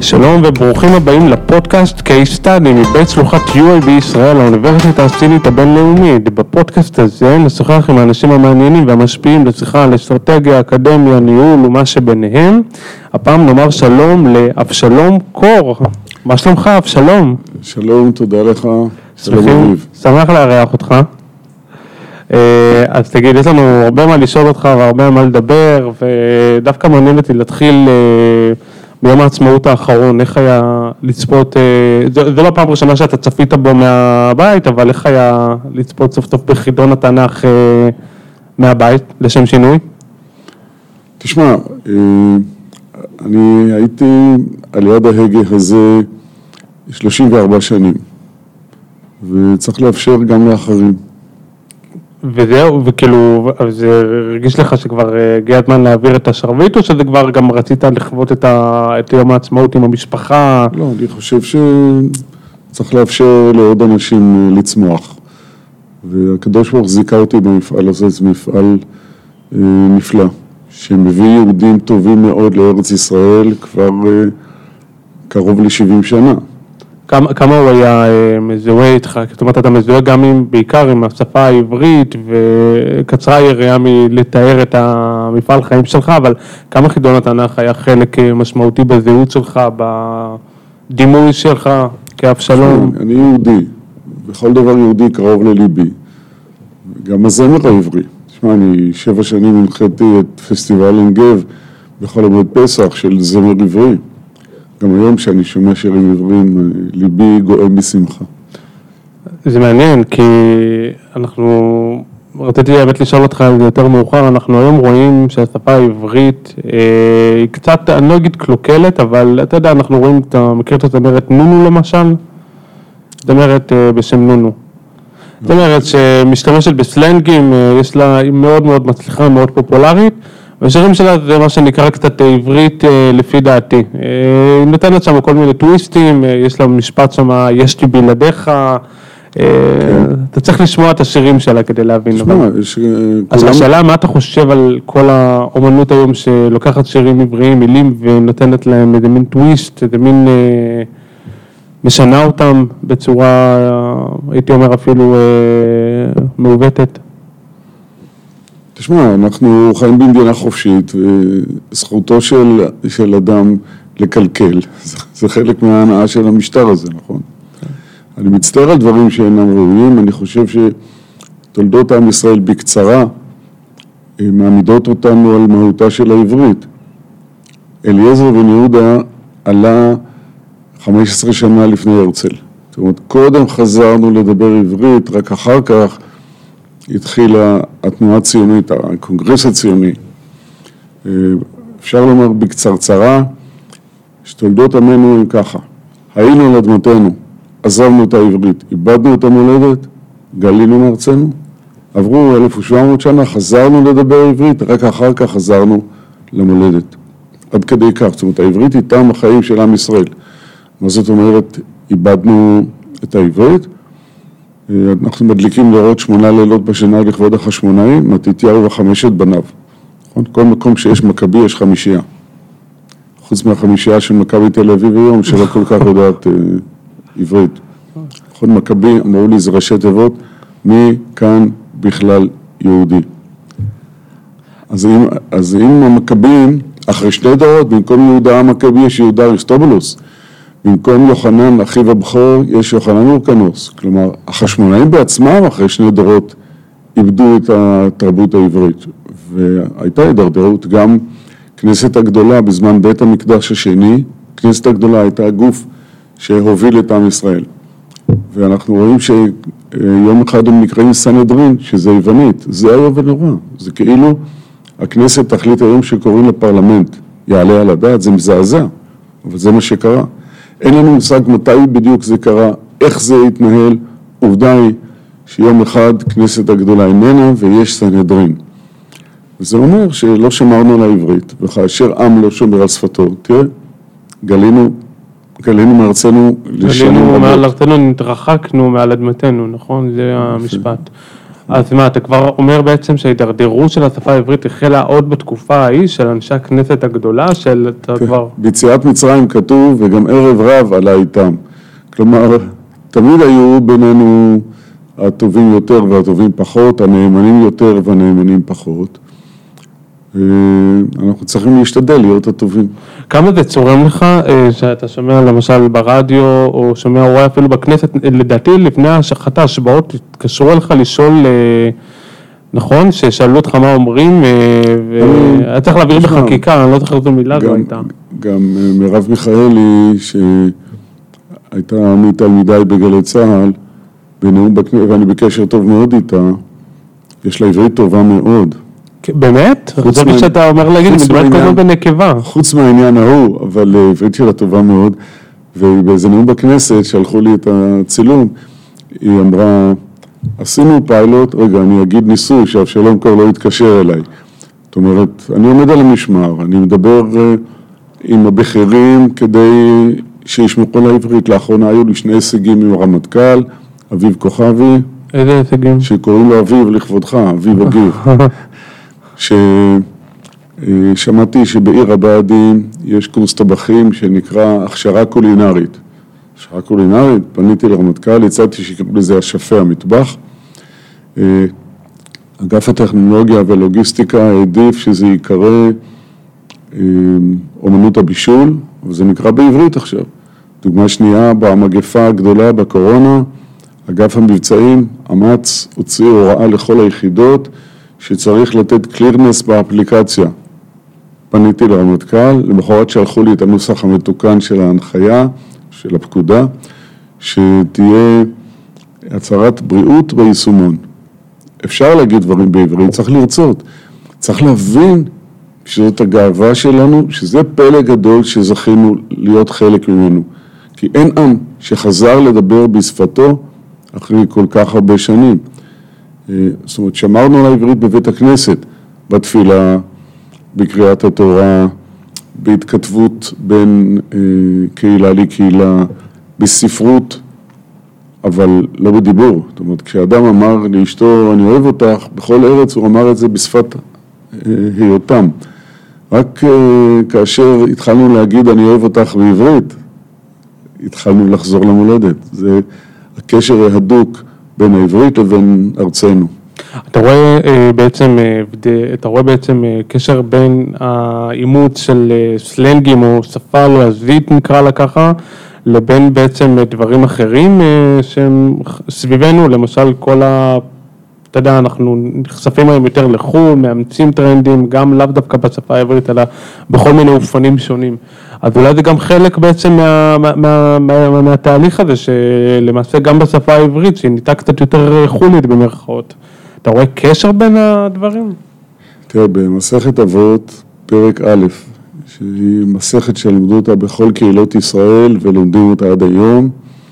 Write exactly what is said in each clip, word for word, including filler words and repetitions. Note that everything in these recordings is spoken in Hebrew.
שלום וברוכים הבאים לפודקאסט Case Study מבית שלוחת יו איי בישראל, האוניברסיטה הסינית הבינלאומית. בפודקאסט הזה נשוחח עם האנשים המעניינים והמשפיעים לשיחה על אסטרטגיה, אקדמיה, ניהול ומה שביניהם. הפעם נאמר שלום לאבשלום קור. מה שלומך אבשלום? שלום, תודה לך. שמחים, שמח לארח אותך. אז תגיד, יש לנו הרבה מה לשאול אותך והרבה מה לדבר, ודווקא מעניין אותי להתחיל ביום העצמאות האחרון. איך היה לצפות, זה, זה לא פעם ראשונה שאתה צפית בו מהבית, אבל איך היה לצפות סוף סוף בחידון התנ"ך מהבית, לשם שינוי? תשמע, אני הייתי על יד ההגה הזה שלושים וארבע שנים, וצריך לאפשר גם לאחרים. וזהו, וכאילו, זה הרגיש לך שכבר הגיע הזמן להעביר את השרביט, או שזה כבר גם רצית לחוות את, ה, את יום העצמאות עם המשפחה? לא, אני חושב שצריך לאפשר לעוד אנשים לצמוח. והקדוש ברוך זיכה אותי במפעל הזה, זה מפעל אה, נפלא, שמביא יהודים טובים מאוד לארץ ישראל כבר אה, קרוב ל-שבעים שנה. כמה, כמה הוא היה מזוהה איתך? זאת אומרת, אתה מזוהה גם עם, בעיקר עם השפה העברית, וקצרה היריעה מלתאר את המפעל חיים שלך, אבל כמה חידון התנ"ך היה חלק משמעותי בזהות שלך, בדימוי שלך כאבשלום? אני יהודי, בכל דבר יהודי קרוב לליבי. גם הזמר העברי. תשמע, אני שבע שנים הנחיתי את פסטיבל עין גב בכל המועד פסח של זמר עברי. גם היום כשאני שומע שירים עבריים, ליבי גואם בשמחה. זה מעניין, כי אנחנו, רציתי באמת לשאול אותך על זה יותר מאוחר, אנחנו היום רואים שהשפה העברית היא קצת, אני לא אגיד קלוקלת, אבל אתה יודע, אנחנו רואים, אתה מכיר את הזמרת נונו למשל? זמרת בשם נונו. זאת אומרת שמשתמשת בסלנגים, יש לה, היא מאוד מאוד מצליחה, מאוד פופולרית, והשירים שלה זה מה שנקרא קצת עברית לפי דעתי. היא נותנת שם כל מיני טוויסטים, יש לה משפט שם, יש לי בלעדיך, אתה צריך לשמוע את השירים שלה כדי להבין. תשמע, אז השאלה, מה אתה חושב על כל האומנות היום שלוקחת שירים עבריים, מילים, ונותנת להם איזה מין טוויסט, איזה מין משנה אותם בצורה, הייתי אומר אפילו מעוותת? תשמע, אנחנו חיים במדינה חופשית, וזכותו של, של אדם לקלקל. זה, זה חלק מההנאה של המשטר הזה, נכון? אני מצטער על דברים שאינם ראויים, אני חושב שתולדות עם ישראל בקצרה, מעמידות אותנו על מהותה של העברית. אליעזר בן יהודה עלה חמש עשרה שנה לפני הרצל. זאת אומרת, קודם חזרנו לדבר עברית, רק אחר כך התחילה התנועה הציונית, הקונגרס הציוני. אפשר לומר בקצרצרה, שתולדות עמנו הם ככה. היינו על אדמתנו, עזבנו את העברית, איבדנו את המולדת, גלינו מארצנו, עברו אלף ושבע מאות שנה, חזרנו לדבר עברית, רק אחר כך חזרנו למולדת. עד כדי כך, זאת אומרת, העברית היא טעם החיים של עם ישראל. מה זאת אומרת, איבדנו את העברית? אנחנו מדליקים לראות שמונה לילות בשנה לכבוד החשמונאים, מתתיהו וחמשת בניו. כל מקום שיש מכבי יש חמישייה. חוץ מהחמישייה של מכבי תל אביב היום, שלא כל כך יודעת אה, עברית. נכון, מכבי, אמרו לי, זה ראשי תיבות, מי כאן בכלל יהודי. אז אם, אז אם המכבים, אחרי שני דורות, במקום יהודה המכבי יש יהודה אריסטובולוס, במקום יוחנן, אחיו הבכור, יש יוחנן אורקנוס. כלומר, החשמונאים בעצמם, אחרי שני דורות, איבדו את התרבות העברית. והייתה הידרדרות, גם כנסת הגדולה, בזמן בית המקדש השני, כנסת הגדולה הייתה הגוף שהוביל את עם ישראל. ואנחנו רואים שיום אחד הם נקראים סנהדרין, שזה יוונית. זה היה ונורא. זה כאילו, הכנסת תחליט היום שקוראים לפרלמנט, יעלה על הדעת, זה מזעזע. אבל זה מה שקרה. אין לנו מושג מתי בדיוק זה קרה, איך זה התנהל. עובדה היא שיום אחד כנסת הגדולה איננה ויש סנהדרין. וזה אומר שלא שמרנו על העברית, וכאשר עם לא שומר על שפתו, תראה, גלינו, גלינו מארצנו לשנים רבות. גלינו מעל ארצנו, נתרחקנו מעל אדמתנו, נכון? זה המשפט. אז מה, אתה כבר אומר בעצם שההידרדרות של השפה העברית החלה עוד בתקופה ההיא של אנשי הכנסת הגדולה, של אתה כבר... ביציאת מצרים כתוב, וגם ערב רב עלה איתם. כלומר, תמיד היו בינינו הטובים יותר והטובים פחות, הנאמנים יותר והנאמנים פחות. אנחנו צריכים להשתדל להיות הטובים. כמה זה צורם לך שאתה שומע למשל ברדיו או שומע רואה אפילו בכנסת, לדעתי לפני אחת ההשבעות התקשרו לך לשאול, נכון? ששאלו אותך מה אומרים והיה צריך להעביר בחקיקה, אני לא זוכר איזו מילה זו הייתה. גם מרב מיכאלי שהייתה מתלמידיי בגלי צה"ל, בנאום בכנסת, ואני בקשר טוב מאוד איתה, יש לה עברית טובה מאוד. באמת? זה מה שאתה אומר להגיד, מדברת כזאת בנקבה. חוץ מהעניין ההוא, אבל עברית שלה טובה מאוד, ובאיזה נאום בכנסת שלחו לי את הצילום, היא אמרה, עשינו פיילוט, רגע, אני אגיד ניסוי, שאבשלום קור לא יתקשר אליי. זאת אומרת, אני עומד על המשמר, אני מדבר עם הבכירים כדי שישמעו על העברית. לאחרונה היו לי שני הישגים עם הרמטכ"ל, אביב כוכבי. איזה הישגים? שקוראים לו אביב לכבודך, אביב אביב. ששמעתי שבעיר הבה"דים יש קורס טבחים שנקרא הכשרה קולינרית. הכשרה קולינרית, פניתי לרמטכ"ל, הצעתי שיקראו לזה השפה המטבח. אגף הטכנולוגיה והלוגיסטיקה העדיף שזה יקרא אומנות הבישול, וזה נקרא בעברית עכשיו. דוגמה שנייה, במגפה הגדולה בקורונה, אגף המבצעים אמץ, הוציא הוראה לכל היחידות, שצריך לתת קלירנס באפליקציה. פניתי לרמטכ"ל, למחרת שלחו לי את הנוסח המתוקן של ההנחיה, של הפקודה, שתהיה הצהרת בריאות ביישומון. אפשר להגיד דברים בעברית, צריך לרצות. צריך להבין שזאת הגאווה שלנו, שזה פלא גדול שזכינו להיות חלק ממנו. כי אין עם שחזר לדבר בשפתו אחרי כל כך הרבה שנים. זאת אומרת, שמרנו על העברית בבית הכנסת, בתפילה, בקריאת התורה, בהתכתבות בין אה, קהילה לקהילה, בספרות, אבל לא בדיבור. זאת אומרת, כשאדם אמר לאשתו, אני אוהב אותך, בכל ארץ הוא אמר את זה בשפת אה, היותם. רק אה, כאשר התחלנו להגיד, אני אוהב אותך בעברית, התחלנו לחזור למולדת. זה הקשר ההדוק בין העברית לבין ארצנו. אתה רואה בעצם, אתה רואה בעצם קשר בין האימוץ של סלנגים או שפה לועזית נקרא לה ככה, לבין בעצם דברים אחרים שהם סביבנו, למשל כל ה... אתה יודע, אנחנו נחשפים היום יותר לחו"ל, מאמצים טרנדים, גם לאו דווקא בשפה העברית, אלא בכל מיני אופנים שונים. אז אולי זה גם חלק בעצם מה, מה, מה, מה, מהתהליך הזה, שלמעשה גם בשפה העברית, שהיא נהייתה קצת יותר חולית במרכאות. אתה רואה קשר בין הדברים? תראה, במסכת אבות, פרק א', שהיא מסכת שלמדו אותה בכל קהילות ישראל, ולומדים אותה עד היום,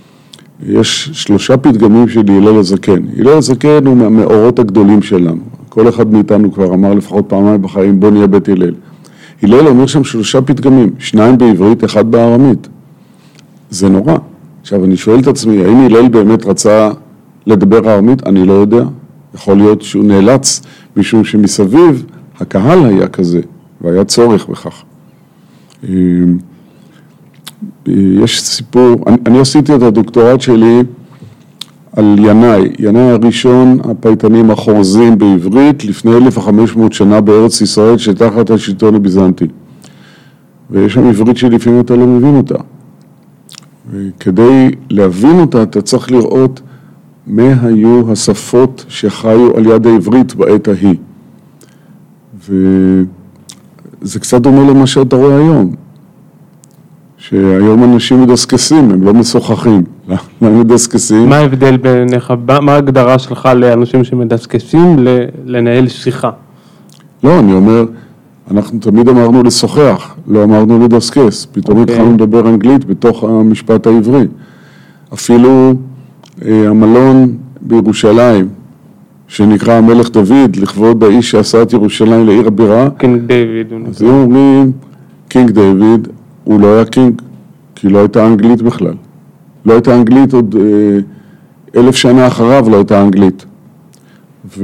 יש שלושה פתגמים של הלל הזקן. הלל הזקן הוא מהמאורות הגדולים שלנו. כל אחד מאיתנו כבר אמר לפחות פעמיים בחיים, בוא נהיה בית הלל. הלל אומר שם שלושה פתגמים, שניים בעברית, אחד בארמית. זה נורא. עכשיו, אני שואל את עצמי, האם הלל באמת רצה לדבר ארמית? אני לא יודע. יכול להיות שהוא נאלץ, משום שמסביב הקהל היה כזה, והיה צורך בכך. יש סיפור, אני, אני עשיתי את הדוקטורט שלי על ינאי, ינאי הראשון הפייטנים החורזים בעברית לפני אלף וחמש מאות שנה בארץ ישראל שתחת השלטון הביזנטי. ויש שם עברית שלפעמים אתה לא מבין אותה. וכדי להבין אותה אתה צריך לראות מה היו השפות שחיו על יד העברית בעת ההיא. וזה קצת דומה למה שאתה רואה היום. שהיום אנשים מדסקסים, הם לא משוחחים. למה מדסקסים? מה ההבדל ביניך, מה ההגדרה שלך לאנשים שמדסקסים לנהל שיחה? לא, אני אומר, אנחנו תמיד אמרנו לשוחח, לא אמרנו לדסקס. פתאום התחלנו לדבר אנגלית בתוך המשפט העברי. אפילו המלון בירושלים, שנקרא המלך דוד, לכבוד האיש שעשה את ירושלים לעיר הבירה. קינג דיוויד. אז הם אומרים, קינג דיוויד, הוא לא היה קינג, כי לא הייתה אנגלית בכלל. לא הייתה אנגלית עוד אה, אלף שנה אחריו לא הייתה אנגלית. ו...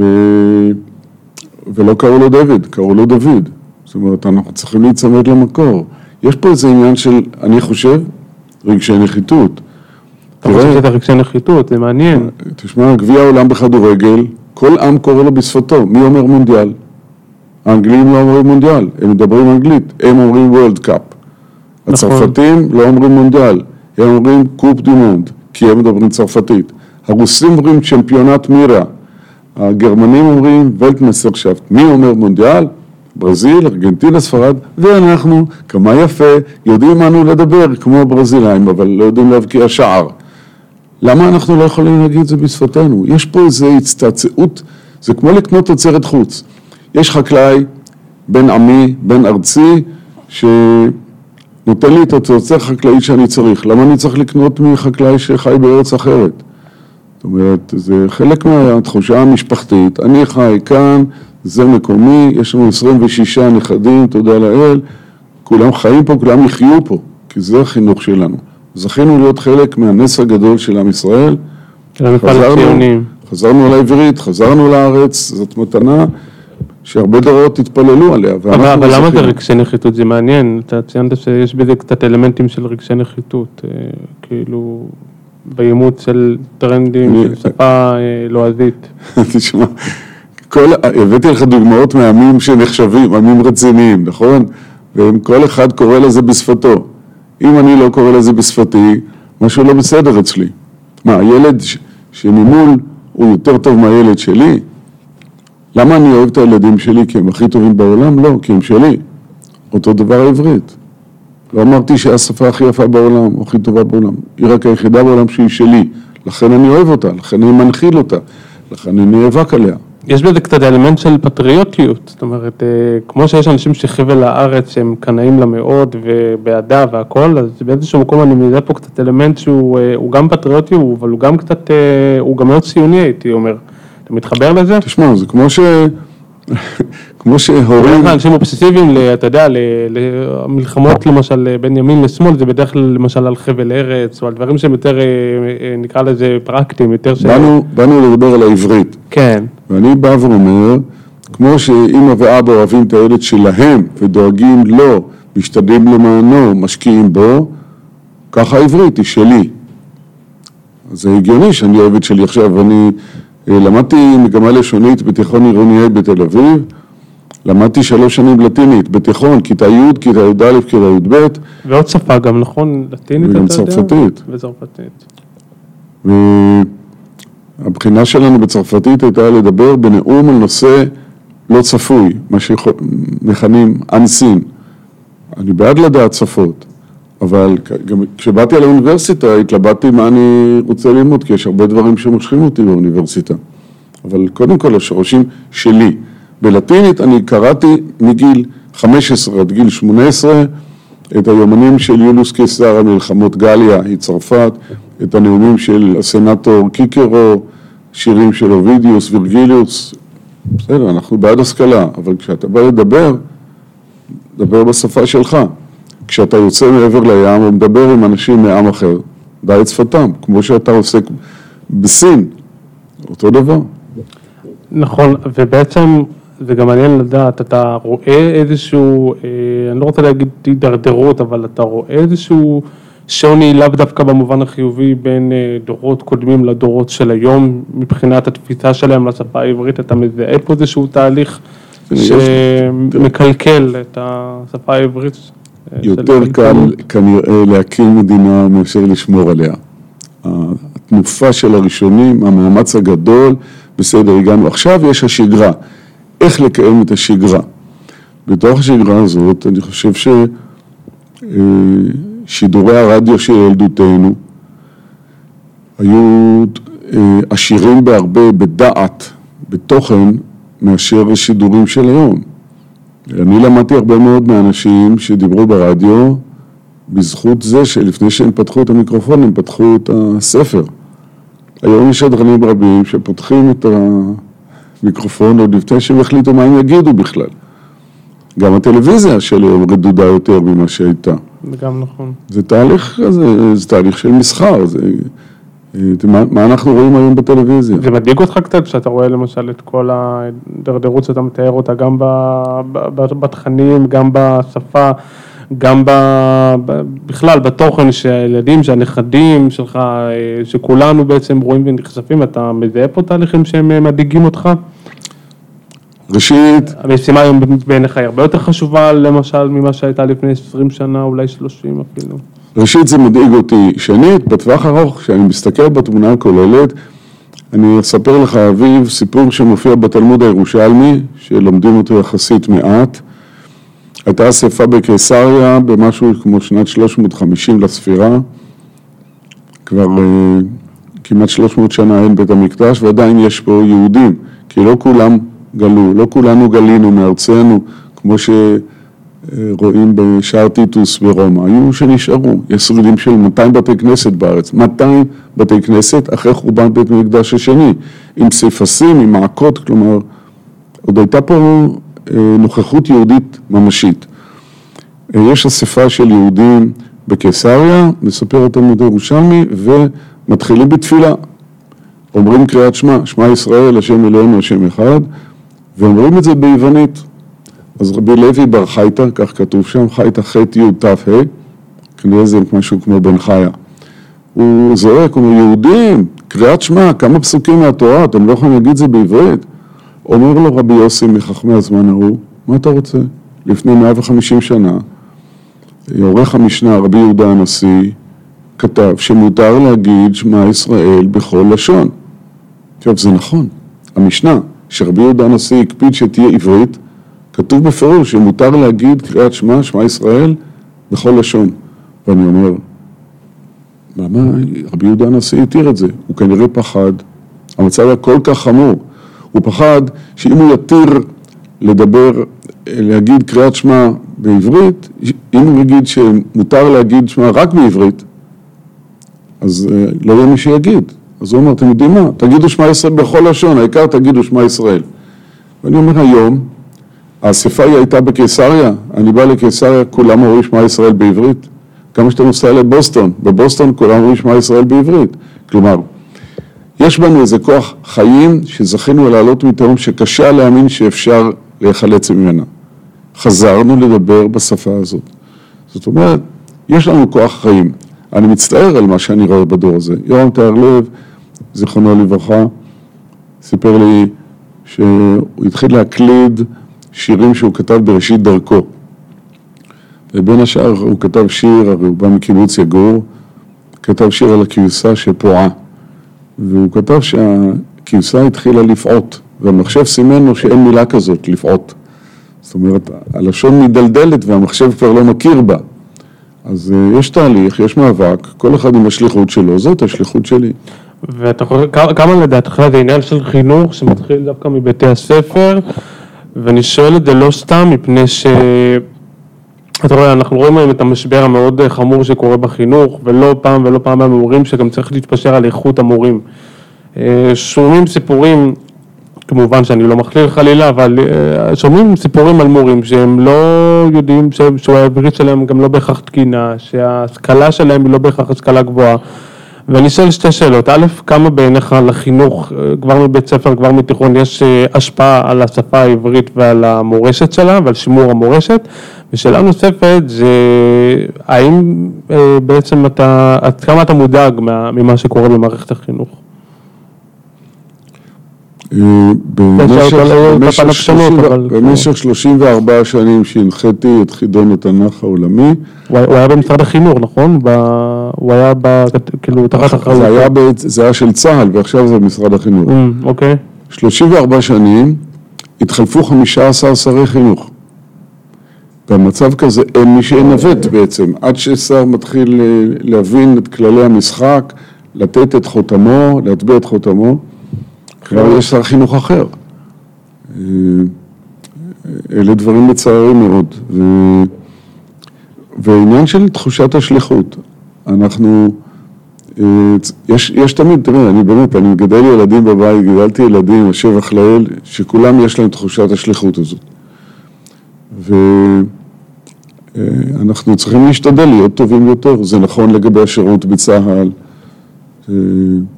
ולא קראו לו דוד, קראו לו דוד. זאת אומרת, אנחנו צריכים להיצמד למקור. יש פה איזה עניין של, אני חושב, רגשי נחיתות. אתה חושב שזה רגשי נחיתות, זה מעניין. תשמע, גביע העולם בכדורגל, כל עם קורא לו בשפתו. מי אומר מונדיאל? האנגלים לא אומרים מונדיאל, הם מדברים אנגלית, הם אומרים וורלד קאפ. הצרפתים לא אומרים מונדיאל, הם אומרים קופ די מונד, כי הם מדברים צרפתית. הרוסים אומרים צ'מפיונט מירה, הגרמנים אומרים ולטמסרשפט. מי אומר מונדיאל? ברזיל, ארגנטינה, ספרד, ואנחנו, כמה יפה, יודעים אנו לדבר כמו הברזילאים, אבל לא יודעים להבקיע שער. למה אנחנו לא יכולים להגיד את זה בשפתנו? יש פה איזו הצטעצעות, זה כמו לקנות תוצרת חוץ. יש חקלאי, בין עמי, בין ארצי, שנותן לי את התוצרת חקלאית שאני צריך. למה אני צריך לקנות מחקלאי שחי בארץ אחרת? זאת אומרת, זה חלק מהתחושה המשפחתית. אני חי כאן, זה מקומי, יש לנו עשרים ושישה נכדים, תודה לאל, כולם חיים פה, כולם יחיו פה, כי זה החינוך שלנו. זכינו להיות חלק מהנס הגדול של עם ישראל. חזרנו, חזרנו לעברית, חזרנו לארץ, זאת מתנה שהרבה דורות התפללו עליה. אבל, אבל למה זה רגשי נחיתות? זה מעניין, אתה ציינת שיש בזה קצת אלמנטים של רגשי נחיתות, כאילו באימות של טרנדים, של שפה לועזית. תשמע, כל, הבאתי לך דוגמאות מעמים שנחשבים, עמים רציניים, נכון? והם כל אחד קורא לזה בשפתו. אם אני לא קורא לזה בשפתי, משהו לא בסדר אצלי. מה, הילד ש- שממול הוא יותר טוב מהילד שלי? למה אני אוהב את הילדים שלי? כי הם הכי טובים בעולם? לא, כי הם שלי. אותו דבר העברית. לא אמרתי שהשפה הכי יפה בעולם, או הכי טובה בעולם. היא רק היחידה בעולם שהיא שלי. לכן אני אוהב אותה, לכן אני מנחיל אותה, לכן אני נאבק עליה. יש בזה קצת אלמנט של פטריוטיות, זאת אומרת, כמו שיש אנשים שחבל הארץ שהם קנאים לה מאוד ובעדה והכל, אז באיזשהו מקום אני מזהה פה קצת אלמנט שהוא גם פטריוטי, אבל הוא גם קצת, הוא גם מאוד ציוני, הייתי אומר. אתה מתחבר לזה? תשמע, זה כמו ש... כמו שהורים... אנשים אובססיביים, אתה יודע, למלחמות למשל בין ימין לשמאל, זה בדרך כלל למשל על חבל ארץ, או על דברים שהם יותר, נקרא לזה פרקטיים, יותר ש... באנו, באנו לדבר על העברית. כן. ואני בא ואומר, כמו שאמא ואבא אוהבים את הילד שלהם, ודואגים לו, משתדלים למענו, משקיעים בו, ככה העברית היא שלי. אז זה הגיוני שאני אוהב את שלי עכשיו, אני... למדתי מגמה לשונית בתיכון עירוני בתל אביב, למדתי שלוש שנים לטינית, בתיכון, כיתה י', כיתה י', כיתה י' ב'. ועוד שפה גם, נכון? לטינית, וגם צרפתית. וצרפתית. והבחינה שלנו בצרפתית הייתה לדבר בנאום על נושא לא צפוי, מה שמכנים אנסין. אני בעד לדעת שפות, אבל גם כשבאתי על האוניברסיטה התלבטתי מה אני רוצה ללמוד, כי יש הרבה דברים שמושכים אותי באוניברסיטה. אבל קודם כל השורשים שלי. בלטינית אני קראתי מגיל חמש עשרה עד גיל שמונה עשרה את היומנים של יוליוס קיסר, המלחמות גליה, היא צרפת, את הנאומים של הסנטור קיקרו, שירים של אובידיוס, וירגיליוס. בסדר, אנחנו בעד השכלה, אבל כשאתה בא לדבר, דבר בשפה שלך. כשאתה יוצא מעבר לים ומדבר עם אנשים מעם אחר, דע את שפתם, כמו שאתה עוסק בסין, אותו דבר. נכון, ובעצם זה גם מעניין לדעת, אתה רואה איזשהו, אני לא רוצה להגיד הידרדרות, אבל אתה רואה איזשהו שוני לאו דווקא במובן החיובי בין דורות קודמים לדורות של היום, מבחינת התפיסה שלהם לשפה העברית, אתה מזהה פה איזשהו תהליך שמקלקל את השפה העברית. יותר קל כנראה להקים מדינה מאשר לשמור עליה. התנופה של הראשונים, המאמץ הגדול, בסדר, הגענו. עכשיו יש השגרה. איך לקיים את השגרה? בתוך השגרה הזאת, אני חושב ששידורי הרדיו של ילדותנו היו עשירים בהרבה בדעת, בתוכן, מאשר השידורים של היום. אני למדתי הרבה מאוד מאנשים שדיברו ברדיו בזכות זה שלפני שהם פתחו את המיקרופון, הם פתחו את הספר. היום יש שדרנים רבים שפותחים את המיקרופון עוד לפני שהם החליטו מה הם יגידו בכלל. גם הטלוויזיה של היום רדודה יותר ממה שהייתה. זה גם נכון. זה תהליך, זה, זה תהליך של מסחר. זה, מה, מה אנחנו רואים היום בטלוויזיה? זה מדאיג אותך קצת, שאתה רואה למשל את כל הדרדרות שאתה מתאר אותה, גם בתכנים, גם בשפה, גם בכלל, בתוכן שהילדים, שהנכדים שלך, שכולנו בעצם רואים ונחשפים, אתה מזהה פה תהליכים שהם מדאיגים אותך? ראשית... המשימה היום בעיניך היא הרבה יותר חשובה, למשל, ממה שהייתה לפני עשרים שנה, אולי שלושים אפילו. ראשית זה מדאיג אותי. שנית, בטווח ארוך, כשאני מסתכל בתמונה הכוללת, אני אספר לך, אביב, סיפור שמופיע בתלמוד הירושלמי, שלומדים אותו יחסית מעט. הייתה אספה בקיסריה, במשהו כמו שנת שלוש מאות וחמישים לספירה. כבר uh, כמעט שלוש מאות שנה אין בית המקדש, ועדיין יש פה יהודים, כי לא כולם גלו, לא כולנו גלינו מארצנו, כמו שרואים בשער טיטוס ברומא. היו שנשארו, יש שרידים של מאתיים בתי כנסת בארץ, מאתיים בתי כנסת אחרי חורבן בית המקדש השני, עם פסיפסים, עם מעקות, כלומר, עוד הייתה פה נוכחות יהודית ממשית. יש אספה של יהודים בקיסריה, מספר התלמוד הירושלמי, ומתחילים בתפילה. אומרים קריאת שמע, שמע ישראל, השם אלוהינו, השם אחד, ואומרים את זה ביוונית. אז רבי לוי בר חייטה, כך כתוב שם, חייטה ח' י' ת' ה', כנראה זה משהו כמו בן חיה. הוא זורק, הוא אומר, יהודים, קריאת שמע, כמה פסוקים מהתורה, אתם לא יכולים להגיד זה בעברית. אומר לו רבי יוסי מחכמי הזמן ההוא, מה אתה רוצה? לפני מאה וחמישים שנה, עורך המשנה, רבי יהודה הנשיא, כתב שמותר להגיד שמע ישראל בכל לשון. עכשיו, זה נכון. המשנה, שרבי יהודה הנשיא הקפיד שתהיה עברית, כתוב בפירוש שמותר להגיד קריאת שמע, שמע ישראל, בכל לשון. ואני אומר, למה רבי יהודה הנשיא התיר את זה? הוא כנראה פחד. המצב היה כל כך חמור. הוא פחד שאם הוא יתיר לדבר, להגיד קריאת שמע בעברית, אם הוא יגיד שמותר להגיד שמע רק בעברית, אז לא יהיה מי שיגיד. אז הוא אומר, אתם יודעים מה? תגידו שמע ישראל בכל לשון, העיקר תגידו שמע ישראל. ואני אומר, היום, האספה היא הייתה בקיסריה, אני בא לקיסריה, כולם אומרים שמע ישראל בעברית. כמה שאתה נוסע לבוסטון, בבוסטון כולם אומרים שמע ישראל בעברית. כלומר, יש בנו איזה כוח חיים שזכינו לעלות מתהום שקשה להאמין שאפשר להיחלץ ממנה. חזרנו לדבר בשפה הזאת. זאת אומרת, יש לנו כוח חיים. אני מצטער על מה שאני רואה בדור הזה. יורם תיארלב, זיכרונו לברכה, סיפר לי שהוא התחיל להקליד שירים שהוא כתב בראשית דרכו. ובין השאר הוא כתב שיר, הרי הוא בא מקיבוץ יגור, כתב שיר על הכבשה שפועה. והוא כתב שהכבשה התחילה לפעות, והמחשב סימן לו שאין מילה כזאת, לפעות. זאת אומרת, הלשון מדלדלת והמחשב כבר לא מכיר בה. אז יש תהליך, יש מאבק, כל אחד עם השליחות שלו, זאת השליחות שלי. ואתה חושב, כמה לדעתך זה עניין של חינוך שמתחיל דווקא מבתי הספר, ואני שואל את זה לא סתם מפני ש... אתה רואה, אנחנו רואים היום את המשבר המאוד חמור שקורה בחינוך, ולא פעם ולא פעם מהמורים שגם צריך להתפשר על איכות המורים. שומעים סיפורים, כמובן שאני לא מכליל חלילה, אבל שומעים סיפורים על מורים שהם לא יודעים שהעברית שלהם גם לא בהכרח תקינה, שההשכלה שלהם היא לא בהכרח השכלה גבוהה. ואני שואל שתי שאלות, א', כמה בעיניך לחינוך, כבר מבית ספר, כבר מתיכון, יש השפעה על השפה העברית ועל המורשת שלה ועל שימור המורשת, ושאלה נוספת זה, האם בעצם אתה, עד כמה אתה מודאג ממה שקורה במערכת החינוך? במשך שלושים וארבע שנים שהנחיתי את חידון התנ"ך העולמי. הוא היה במשרד החינוך, נכון? הוא היה כאילו תחת אחריות. זה היה של צה"ל ועכשיו זה במשרד החינוך. אוקיי. שלושים וארבע שנים התחלפו חמישה עשר שרי חינוך. במצב כזה אין מי שינווט בעצם, עד ששר מתחיל להבין את כללי המשחק, לתת את חותמו, להטביע את חותמו. כבר יש שר חינוך אחר. אלה דברים מצערים מאוד. ו... ועניין של תחושת השליחות. אנחנו, יש, יש תמיד, תראה, אני באמת, אני מגדל ילדים בבית, גידלתי ילדים, השבח לאל, שכולם יש להם תחושת השליחות הזאת. ואנחנו צריכים להשתדל להיות טובים יותר. זה נכון לגבי השירות בצה"ל.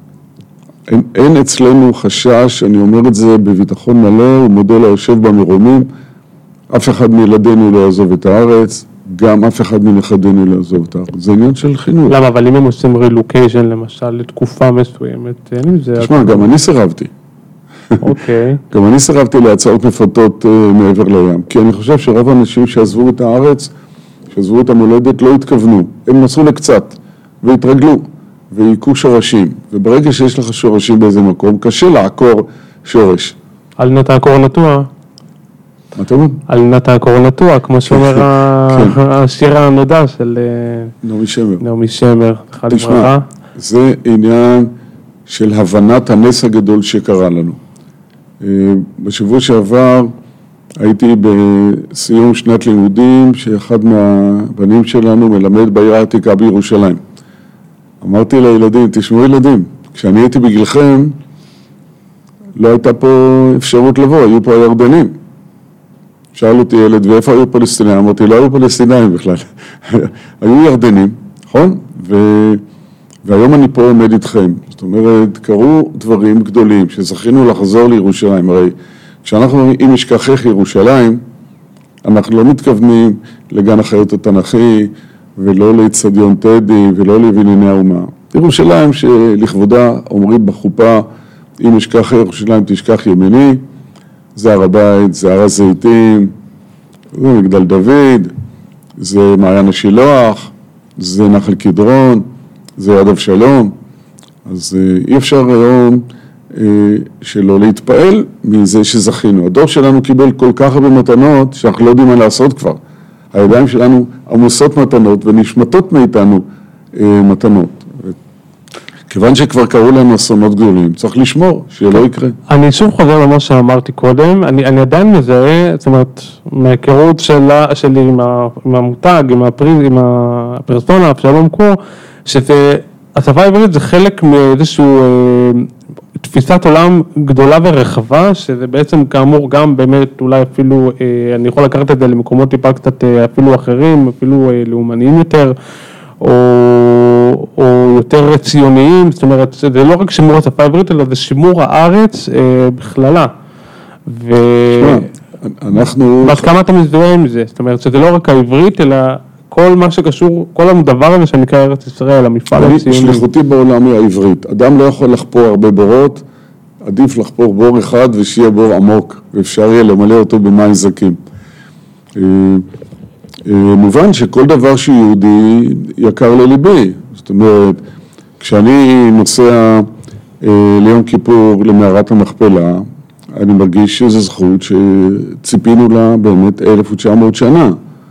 אין, אין אצלנו חשש, אני אומר את זה בביטחון מלא, הוא מודל היושב במרומים, אף אחד מילדינו לא יעזוב את הארץ, גם אף אחד מנכדינו לא יעזוב את הארץ. זה עניין של חינוך. למה? אבל אם הם עושים רילוקיישן למשל לתקופה מסוימת, אין עם זה... תשמע, גם אני סירבתי. אוקיי. גם אני סירבתי להצעות מפתות מעבר לים, כי אני חושב שרוב האנשים שעזבו את הארץ, שעזבו את המולדת, לא התכוונו. הם נסעו לקצת, והתרגלו, והיכו שורשים. וברגע שיש לך שורשים באיזה מקום, קשה לעקור שורש. על נטע הקור נטוע. מה אתה אומר? על נטע הקור נטוע, כמו שאומר השיר הנודע של נעמי שמר. נעמי שמר. תשמע, זה עניין של הבנת הנס הגדול שקרה לנו. בשבוע שעבר הייתי בסיום שנת לימודים, שאחד מהבנים שלנו מלמד בעיר העתיקה בירושלים. אמרתי לילדים, תשמעו ילדים, כשאני הייתי בגילכם, לא הייתה פה אפשרות לבוא, היו פה הירדנים. שאל אותי ילד, ואיפה היו פלסטינאים? אמרתי, לא היו פלסטינאים בכלל. היו ירדנים, נכון? ו... והיום אני פה עומד איתכם. זאת אומרת, קרו דברים גדולים שזכינו לחזור לירושלים. הרי כשאנחנו אם ישכחך ירושלים, אנחנו לא מתכוונים לגן החיות התנ"כי, ולא לאצטדיון טדי, ולא לבנייני האומה. ירושלים שלכבודה אומרים בחופה, אם ישכח ירושלים תשכח ימיני, זה הר הבית, זה הר הזיתים, זה מגדל דוד, זה מעיין השילוח, זה נחל קדרון, זה יד אבשלום. אז אי אפשר היום שלא להתפעל מזה שזכינו. הדור שלנו קיבל כל כך הרבה מתנות שאנחנו לא יודעים מה לעשות כבר. הידיים שלנו עמוסות מתנות ונשמטות מאיתנו מתנות. כיוון שכבר קראו לנו אסונות גדולים, צריך לשמור, שלא יקרה. אני שוב חוזר למה שאמרתי קודם, אני, אני עדיין מזהה, זאת אומרת, מההיכרות שלה, שלי עם, ה, עם המותג, עם, הפריז, עם הפרסונה, אבשלום קור, שזה, השפה העברית זה חלק מאיזשהו אה, תפיסת עולם גדולה ורחבה, שזה בעצם כאמור גם באמת אולי אפילו, אה, אני יכול לקחת את זה למקומות טיפה קצת אה, אפילו אחרים, אפילו אה, לאומניים יותר, או, או יותר ציוניים, זאת אומרת, זה לא רק שימור השפה העברית, אלא זה שימור הארץ אה, בכללה. ו... אנחנו... ועד כמה אתה מזדהה עם זה? זאת אומרת, שזה לא רק העברית, אלא כל מה שקשור, כל הדבר הזה שנקרא ארץ ישראל, המפעל הציוני. שליחותי בעולם היא העברית. אדם לא יכול לחפור הרבה בורות, עדיף לחפור בור אחד ושיהיה בור עמוק, ואפשר יהיה למלא אותו במים זקים. מובן שכל דבר שהוא יהודי יקר לליבי. זאת אומרת, כשאני נוסע ליום כיפור למערת המכפלה, אני מרגיש שזו זכות שציפינו לה באמת אלף ותשע מאות שנה.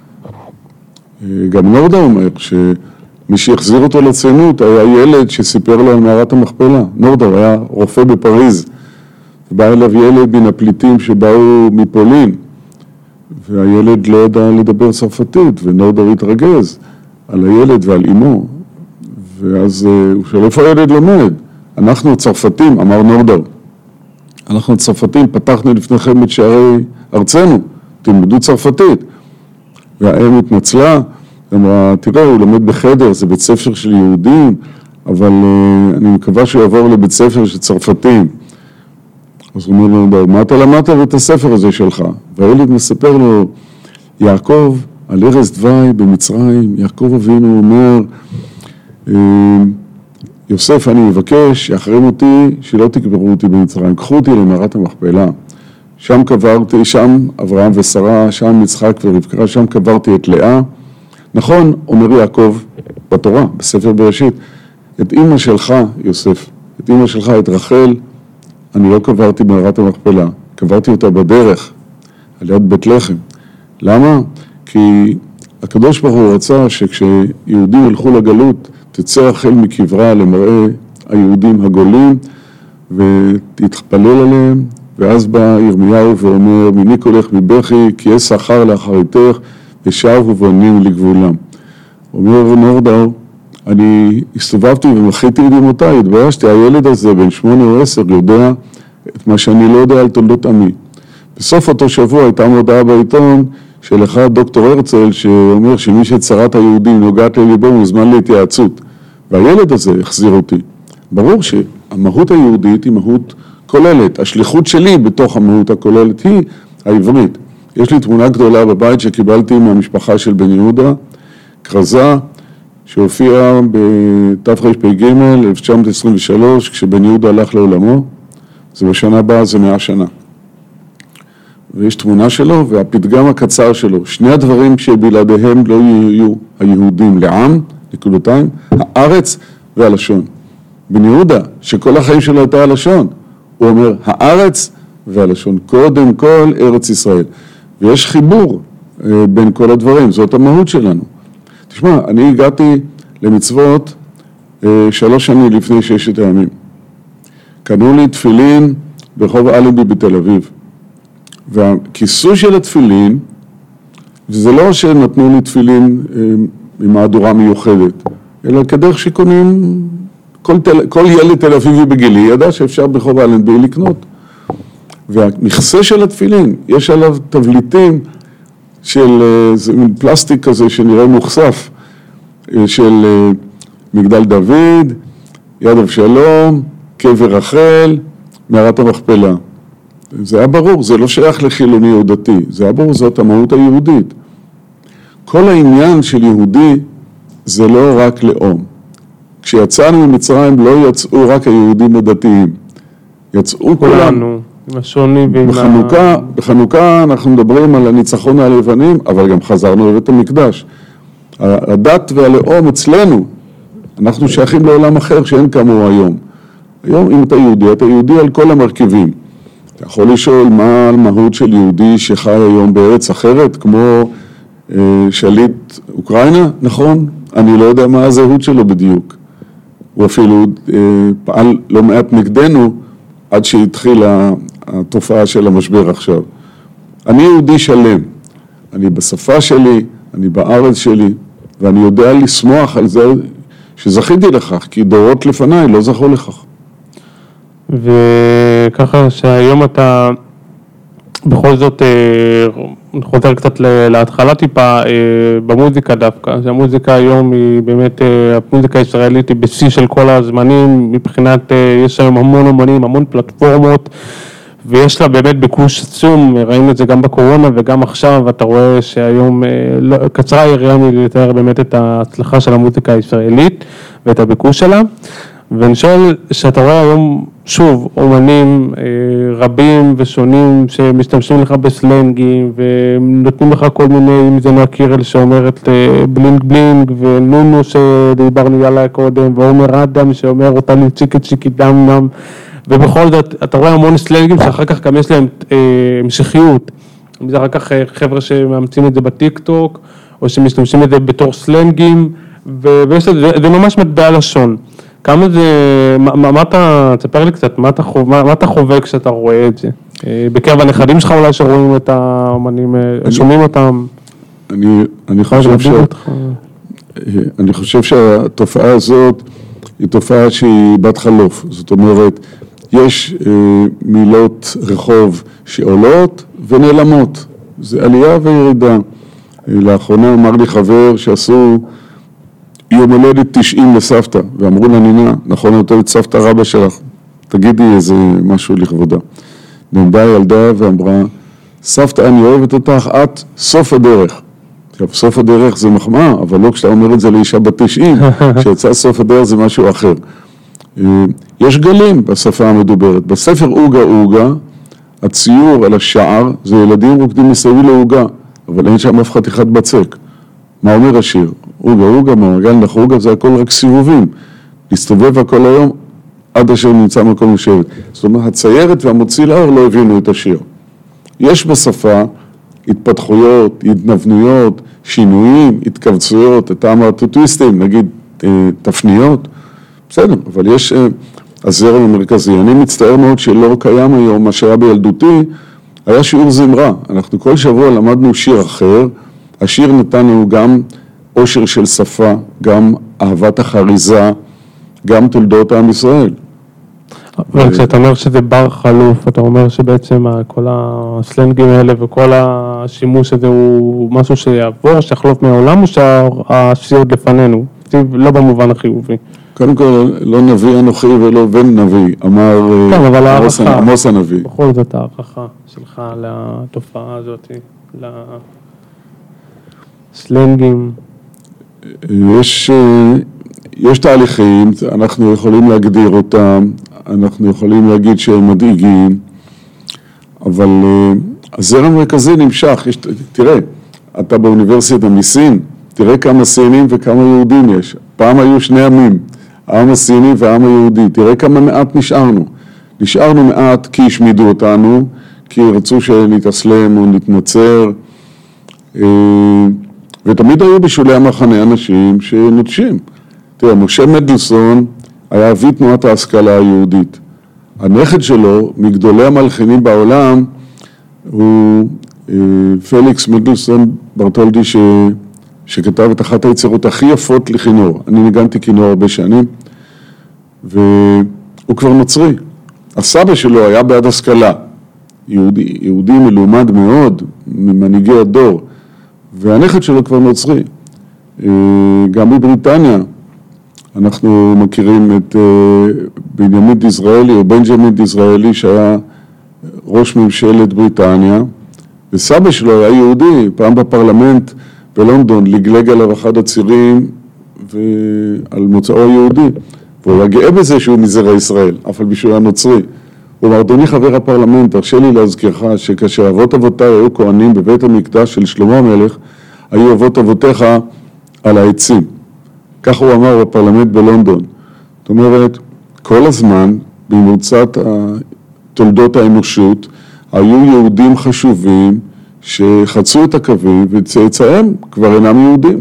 גם נורדה אומר שמי שהחזיר אותו לציונות היה ילד שסיפר לו על מערת המכפלה. נורדה היה רופא בפריז, ובא אליו ילד מן הפליטים שבאו מפולין, והילד לא ידע לדבר צרפתית, ונורדה התרגז על הילד ועל אמו, ואז הוא שואל, איפה הילד לומד? אנחנו צרפתים, אמר נורדה. אנחנו צרפתים, פתחנו לפניכם את שערי ארצנו, תלמדו צרפתית. והאם התנצלה, אמרה, תראה, הוא לומד בחדר, זה בית ספר של יהודים, אבל uh, אני מקווה שהוא יעבור לבית ספר של צרפתים. אז הוא אומר לו, מה אתה למדת בית הספר הזה שלך? והילד מספר לו, יעקב, על ארז דווי במצרים, יעקב אבינו אומר, יוסף, אני מבקש, יחרים אותי, שלא תקברו אותי במצרים, קחו אותי למערת המכפלה. שם קברתי, שם אברהם ושרה, שם יצחק ורבקה, שם קברתי את לאה. נכון, אומר יעקב בתורה, בספר בראשית, את אמא שלך, יוסף, את אמא שלך, את רחל, אני לא קברתי במערת המכפלה, קברתי אותה בדרך, על יד בית לחם. למה? כי הקדוש ברוך הוא רצה שכשיהודים הלכו לגלות, תצא רחל מקברה למראה היהודים הגולים, ותתפלל עליהם, ואז בא ירמיהו ואומר, מיני קולך מבכי, כי יש שכר לאחריתך, ושבו ובנים לגבולם. אומר נורדאו, אני הסתובבתי ומחיתי את אמותיי, התביישתי, הילד הזה בן שמונה או עשר יודע את מה שאני לא יודע על תולדות עמי. בסוף אותו שבוע הייתה מודעה בעיתון של אחד דוקטור הרצל שאומר שמי שצרת היהודים נוגעת לליבו מוזמן להתייעצות. והילד הזה החזיר אותי. ברור המהות היהודית היא מהות כוללת. השליחות שלי בתוך המהות הכוללת היא העברית. יש לי תמונה גדולה בבית שקיבלתי מהמשפחה של בן יהודה, כרזה שהופיעה ב-תרפ"ג אלף תשע מאות עשרים ושלוש, כשבן יהודה הלך לעולמו. זה בשנה הבאה, זה מאה שנה. ויש תמונה שלו והפתגם הקצר שלו. שני הדברים שבלעדיהם לא יהיו היהודים לעם, נקודתיים, הארץ והלשון. בן יהודה, שכל החיים שלו הייתה הלשון, הוא אומר, הארץ והלשון, קודם כל ארץ ישראל. ויש חיבור בין כל הדברים, זאת המהות שלנו. תשמע, אני הגעתי למצוות שלוש שנים לפני ששת הימים. קנו לי תפילין ברחוב אלנבי בתל אביב. והכיסוי של התפילין, וזה לא שנתנו לי תפילין עם מהדורה מיוחדת, אלא כדרך שקונים, כל, תל, כל ילד תל אביבי בגילי ידע שאפשר ברחוב אלנבי לקנות. והמכסה של התפילין, יש עליו תבליטים של זה מין פלסטיק כזה שנראה מוחשף, של מגדל דוד, יד אבשלום, קבר רחל, מערת המכפלה. זה היה ברור, זה לא שייך לחילוני או דתי, זה היה ברור, זאת המהות היהודית. כל העניין של יהודי זה לא רק לאום. כשיצאנו ממצרים לא יצאו רק היהודים הדתיים, יצאו כולנו. עם השונים ועם בחנוכה, ה... בחנוכה אנחנו מדברים על הניצחון על היוונים, אבל גם חזרנו לבית המקדש. הדת והלאום אצלנו, אנחנו שייכים לעולם אחר שאין כמוהו היום. היום אם אתה יהודי, אתה יהודי על כל המרכיבים. אתה יכול לשאול מה המהות של יהודי שחי היום בארץ אחרת, כמו אה, שליט אוקראינה, נכון? אני לא יודע מה הזהות שלו בדיוק. הוא אפילו אה, פעל לא מעט נגדנו, עד שהתחילה התופעה של המשבר עכשיו. אני יהודי שלם, אני בשפה שלי, אני בארץ שלי, ואני יודע לשמוח על זה שזכיתי לכך, כי דורות לפניי לא זכו לכך. וככה שהיום אתה בכל זאת חוזר קצת להתחלה טיפה במוזיקה דווקא, שהמוזיקה היום היא באמת, המוזיקה הישראלית היא בשיא של כל הזמנים, מבחינת יש היום המון אומנים, המון פלטפורמות, ויש לה באמת ביקוש עצום, ראינו את זה גם בקורונה וגם עכשיו, אתה רואה שהיום קצרה היריעה מלתאר באמת את ההצלחה של המוזיקה הישראלית ואת הביקוש שלה, ואני שואל שאתה רואה היום שוב אומנים רבים ושונים שמשתמשים לך בסלנגים ונותנים לך כל מיני, אם זה נועה קירל שאומרת בלינג בלינג, ונונו שדיברנו יאללה קודם, ועומר אדם שאומר אותה לי צ'יקי צ'יקי דם דם, ובכל זאת אתה רואה המון סלנגים שאחר כך גם יש להם המשכיות, אם זה אחר כך חבר'ה שמאמצים את זה בטיק טוק או שמשתמשים את זה בתור סלנגים, ויש לזה, זה ממש מטבע לשון. כמה זה, מה, מה אתה, תספר לי קצת, מה אתה, מה, מה אתה חווה כשאתה רואה את זה? בקרב הנכדים שלך אולי שרואים את האמנים, שומעים אותם? אני, אני חושב ש... אני חושב שהתופעה הזאת היא תופעה שהיא בת חלוף. זאת אומרת, יש מילות רחוב שעולות ונעלמות. זה עלייה וירידה. לאחרונה אמר לי חבר שעשו יום הולדת תשעים לסבתא, ואמרו לה נינה, נכון, נותנת סבתא רבא שלך, תגידי איזה משהו לכבודה. נעמדה ילדה ואמרה, סבתא, אני אוהבת אותך, את סוף הדרך. עכשיו, סוף הדרך זה מחמאה, אבל לא כשאתה אומר את זה לאישה בת תשעים, כשיצא סוף הדרך זה משהו אחר. יש גלים בשפה המדוברת. בספר אוגה אוגה, הציור על השער, זה ילדים רוקדים מסביב לאוגה, אבל אין שם אף חתיכת בצק. מה אומר השיר? אוגה אוגה, מעגל נחוגה, זה הכל רק סיבובים. להסתובב הכל היום, עד אשר נמצא מקום לשבת. זאת אומרת, הציירת והמוציא לאור לא הבינו את השיר. יש בשפה התפתחויות, התנוונויות, שינויים, התכווצויות, אתה אמרת טוויסטים, נגיד תפניות, בסדר, אבל יש הזרם המרכזי. אני מצטער מאוד שלא קיים היום, מה שהיה בילדותי, היה שיעור זמרה. אנחנו כל שבוע למדנו שיר אחר, השיר נתן לנו גם אושר של שפה, גם אהבת החריזה, גם תולדות עם ישראל. אבל כשאתה אומר שזה בר חלוף, אתה אומר שבעצם כל הסלנגים האלה וכל השימוש הזה הוא משהו שיעבור, שיחלוף מהעולם, או שהשיר עוד לפנינו? תקציב לא במובן החיובי. קודם כל, לא נביא אנוכי ולא בן נביא, אמר כן, אבל הערכה, עמוס הנביא. בכל זאת הערכה שלך לתופעה הזאת, לסלנגים. יש, יש תהליכים, אנחנו יכולים להגדיר אותם, אנחנו יכולים להגיד שהם מדאיגים, אבל הזרם המרכזי נמשך. יש, תראה, אתה באוניברסיטה מסין, תראה כמה סינים וכמה יהודים יש. פעם היו שני עמים, העם הסיני והעם היהודי. תראה כמה מעט נשארנו. נשארנו מעט כי השמידו אותנו, כי רצו שנתאסלם או נתנצר, ותמיד היו בשולי המחנה אנשים שנוטשים. תראה, משה מנדלסון היה אבי תנועת ההשכלה היהודית. הנכד שלו, מגדולי המלחינים בעולם, הוא פליקס מנדלסון ברטולדי, ש... שכתב את אחת היצירות הכי יפות לכינור. אני ניגנתי כינור הרבה שנים, והוא כבר נוצרי. הסבא שלו היה בעד השכלה, יהודי, יהודי מלומד מאוד, ממנהיגי הדור, והנכד שלו כבר נוצרי. גם בבריטניה, אנחנו מכירים את בנימין דיזראלי, או בנג'מין דיזראלי, שהיה ראש ממשלת בריטניה, וסבא שלו היה יהודי, פעם בפרלמנט בלונדון, לגלג עליו אחד הצירים ועל מוצאו היהודי, והוא היה גאה בזה שהוא מזרע ישראל, אף על פי שהוא היה נוצרי. הוא אמר, אדוני חבר הפרלמנט, תרשה לי להזכירך שכאשר אבות אבותיי היו כהנים בבית המקדש של שלמה המלך, היו אבות אבותיך על העצים. כך הוא אמר בפרלמנט בלונדון. זאת אומרת, כל הזמן, במרוצת תולדות האנושות, היו יהודים חשובים שחצו את הקווים וצאצאיהם כבר אינם יהודים.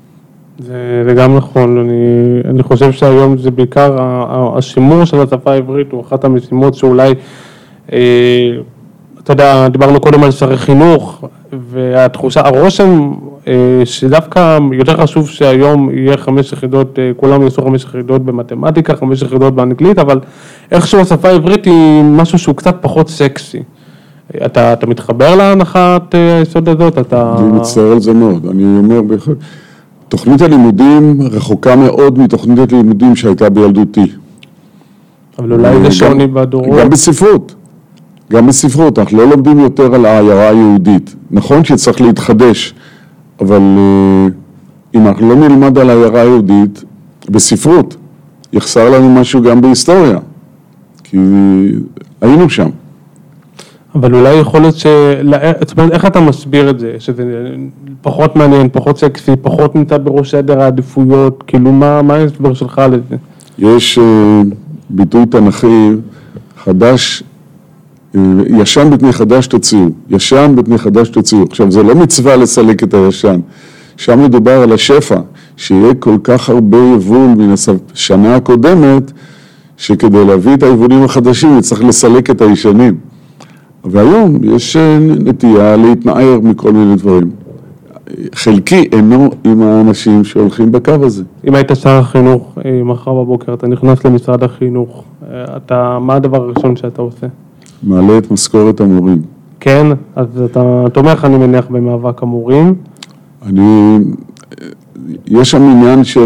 זה, זה גם נכון, אני, אני חושב שהיום זה בעיקר השימור של השפה העברית הוא אחת המשימות שאולי, אה, אתה יודע, דיברנו קודם על שרי חינוך, והתחושה, הרושם אה, שדווקא יותר חשוב שהיום יהיה חמש יחידות, אה, כולם יעשו חמש יחידות במתמטיקה, חמש יחידות באנגלית, אבל איכשהו השפה העברית היא משהו שהוא קצת פחות סקסי. אתה, אתה מתחבר להנחת היסוד הזאת? אתה... אני מצטער על זה מאוד, אני אומר בהחלט. תוכנית הלימודים רחוקה מאוד מתוכנית הלימודים שהייתה בילדותי. אבל אולי זה שוני בדורות. גם בספרות. גם בספרות, אנחנו לא לומדים יותר על העיירה היהודית. נכון שצריך להתחדש, אבל אם אנחנו לא נלמד על העיירה היהודית, בספרות, יחסר לנו משהו גם בהיסטוריה. כי היינו שם. אבל אולי יכול להיות ש... זאת אומרת, איך אתה מסביר את זה? שזה פחות מעניין, פחות סקסי, פחות נמצא בראש סדר העדיפויות, כאילו מה, מה ההסבר שלך לזה? יש uh, ביטוי תנכי חדש, uh, ישן בפני חדש תוציאו, ישן בפני חדש תוציאו. עכשיו, זה לא מצווה לסלק את הישן, שם מדובר על השפע, שיהיה כל כך הרבה יבול מן השנה הקודמת, שכדי להביא את היבולים החדשים, צריך לסלק את הישנים. והיום יש נטייה להתנער מכל מיני דברים. חלקי אינו עם האנשים שהולכים בקו הזה. אם היית שר החינוך מחר בבוקר, אתה נכנס למשרד החינוך, אתה, מה הדבר הראשון שאתה עושה? מעלה את משכורת המורים. כן? אז אתה תומך, אני מניח, במאבק המורים? אני, יש שם עניין של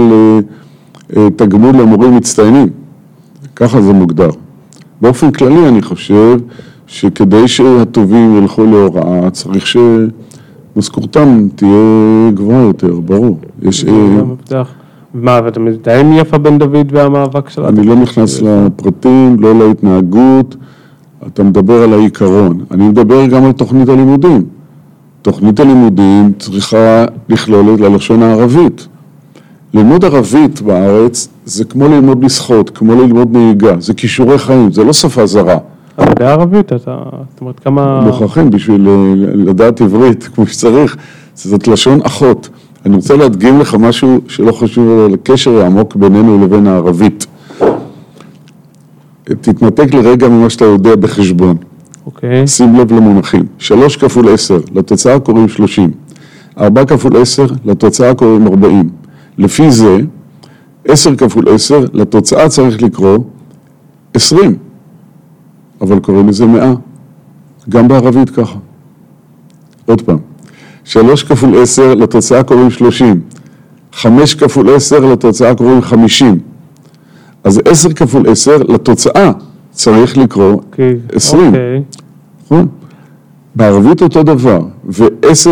תגמול למורים מצטיינים. ככה זה מוגדר. באופן כללי אני חושב שכדי שהטובים ילכו להוראה, צריך שמשכורתם תהיה גבוהה יותר, ברור. יש... מה, ואתה מזדהה עם יפה בן דוד והמאבק שלה? אני לא נכנס לפרטים, לא להתנהגות, אתה מדבר על העיקרון. אני מדבר גם על תוכנית הלימודים. תוכנית הלימודים צריכה לכלול את הלשון הערבית. ללמוד ערבית בארץ זה כמו ללמוד לשחות, כמו ללמוד נהיגה, זה כישורי חיים, זה לא שפה זרה. אבל בערבית, אתה, זאת אומרת, כמה... מוכרחים בשביל לדעת עברית כמו שצריך, זאת לשון אחות. אני רוצה להדגים לך משהו שלא חשוב על הקשר העמוק בינינו לבין הערבית. תתנתק לרגע ממה שאתה יודע בחשבון. אוקיי. שים לב למונחים. שלוש כפול עשר, לתוצאה קוראים שלושים. ארבע כפול עשר, לתוצאה קוראים ארבעים. לפי זה, עשר כפול עשר, לתוצאה צריך לקרוא עשרים. אבל קוראים לזה מאה. גם בערבית ככה. עוד פעם. שלוש כפול עשר, לתוצאה קוראים שלושים. חמש כפול עשר לתוצאה קוראים חמישים. אז עשר כפול עשר לתוצאה צריך לקרוא עשרים. נכון? בערבית אותו דבר, ועשר,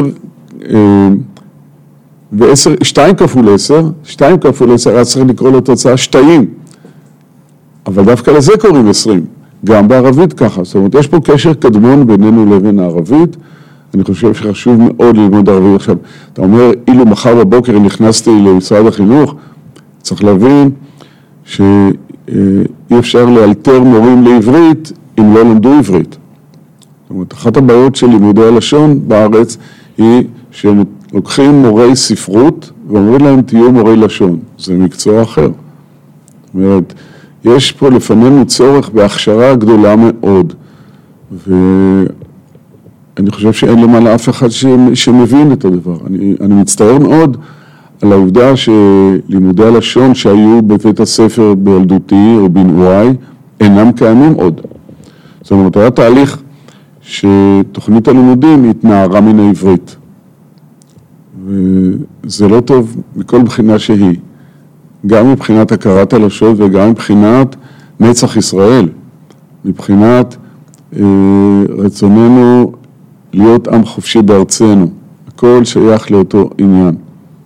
ועשר, שתיים כפול עשר, שתיים כפול עשר, אז צריך לקרוא לתוצאה שתיים. אבל דווקא לזה קוראים עשרים, גם בערבית ככה. זאת אומרת, יש פה קשר קדמון בינינו לבין הערבית, אני חושב שחשוב מאוד ללמוד ערבית. עכשיו, אתה אומר, אילו מחר בבוקר נכנסתי למשרד החינוך, צריך להבין שאי אפשר לאלתר מורים לעברית אם לא למדו עברית. זאת אומרת, אחת הבעיות של לימודי הלשון בארץ היא שהם לוקחים מורי ספרות ואומרים להם תהיו מורי לשון. זה מקצוע אחר. זאת אומרת, יש פה לפנינו צורך בהכשרה גדולה מאוד, ואני חושב שאין למעלה אף אחד שמבין את הדבר. אני, אני מצטער מאוד על העובדה שלימודי הלשון שהיו בבית הספר בילדותי או בנעוריי אינם קיימים עוד. זאת אומרת, היה תהליך שתוכנית הלימודים התנערה מן העברית, וזה לא טוב מכל בחינה שהיא. גם מבחינת הכרת הלשון וגם מבחינת נצח ישראל, מבחינת אה, רצוננו להיות עם חופשי בארצנו, הכל שייך לאותו עניין.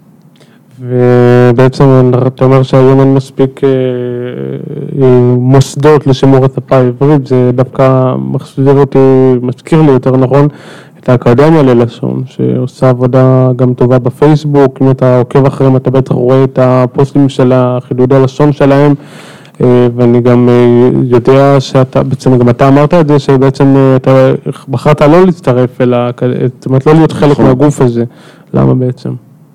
ובעצם אתה אומר שהיום אין מספיק אה, אה, מוסדות לשימור השפה העברית, זה דווקא מחזיר אותי, מזכיר לי יותר נכון, את האקדמיה ללשון, שעושה עבודה גם טובה בפייסבוק. אם אתה עוקב אחריהם, אתה בטח רואה את הפוסטים של החידודי הלשון שלהם, ואני גם יודע שאתה, בעצם גם אתה אמרת את זה, שבעצם אתה בחרת לא להצטרף אלא, זאת אומרת, לא להיות חלק מהגוף הזה. למה בעצם?